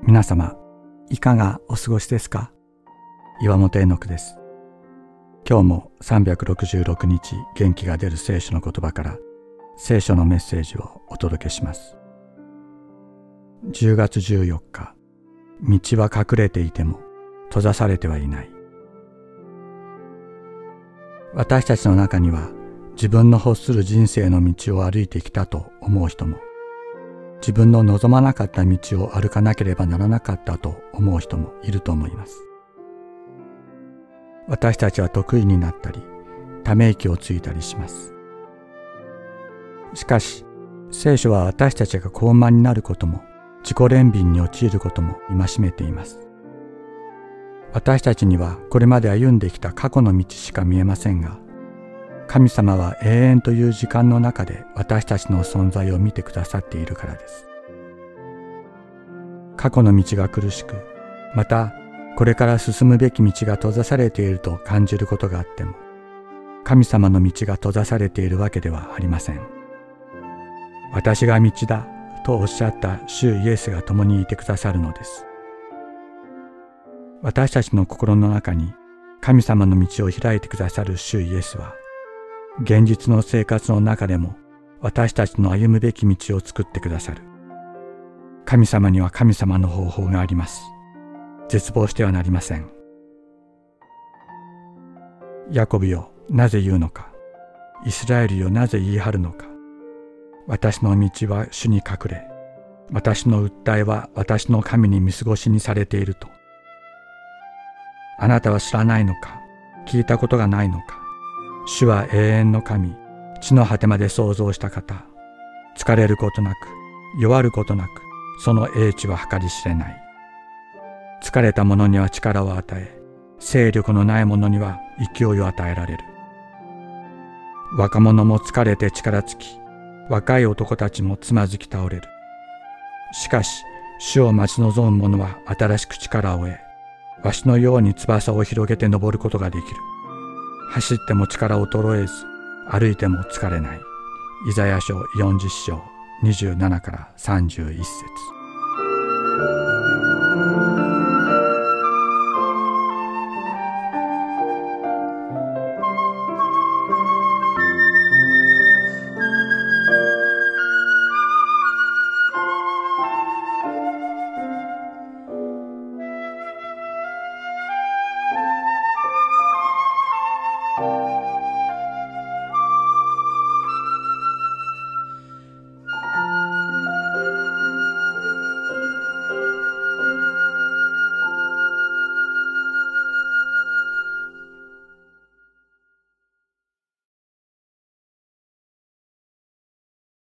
皆様、いかがお過ごしですか？岩本絵の句です。今日も366日元気が出る聖書の言葉から聖書のメッセージをお届けします。10月14日、道は隠れていても閉ざされてはいない。私たちの中には自分の欲する人生の道を歩いてきたと思う人も、自分の望まなかった道を歩かなければならなかったと思う人もいると思います。私たちは得意になったり、ため息をついたりします。しかし、聖書は私たちが高慢になることも、自己憐憫に陥ることも戒めています。私たちにはこれまで歩んできた過去の道しか見えませんが、神様は永遠という時間の中で私たちの存在を見てくださっているからです。過去の道が苦しく、またこれから進むべき道が閉ざされていると感じることがあっても、神様の道が閉ざされているわけではありません。私が道だとおっしゃった主イエスが共にいてくださるのです。私たちの心の中に神様の道を開いてくださる主イエスは、現実の生活の中でも私たちの歩むべき道を作ってくださる。神様には神様の方法があります。絶望してはなりません。ヤコブよ、なぜ言うのか。イスラエルよ、なぜ言い張るのか。私の道は主に隠れ、私の訴えは私の神に見過ごしにされていると。あなたは知らないのか、聞いたことがないのか。主は永遠の神、地の果てまで創造した方。疲れることなく、弱ることなく、その英知は計り知れない。疲れた者には力を与え、勢力のない者には勢いを与えられる。若者も疲れて力尽き、若い男たちもつまずき倒れる。しかし、主を待ち望む者は新しく力を得、わしのように翼を広げて登ることができる。走っても力衰えず、歩いても疲れない。イザヤ書40章27から31節。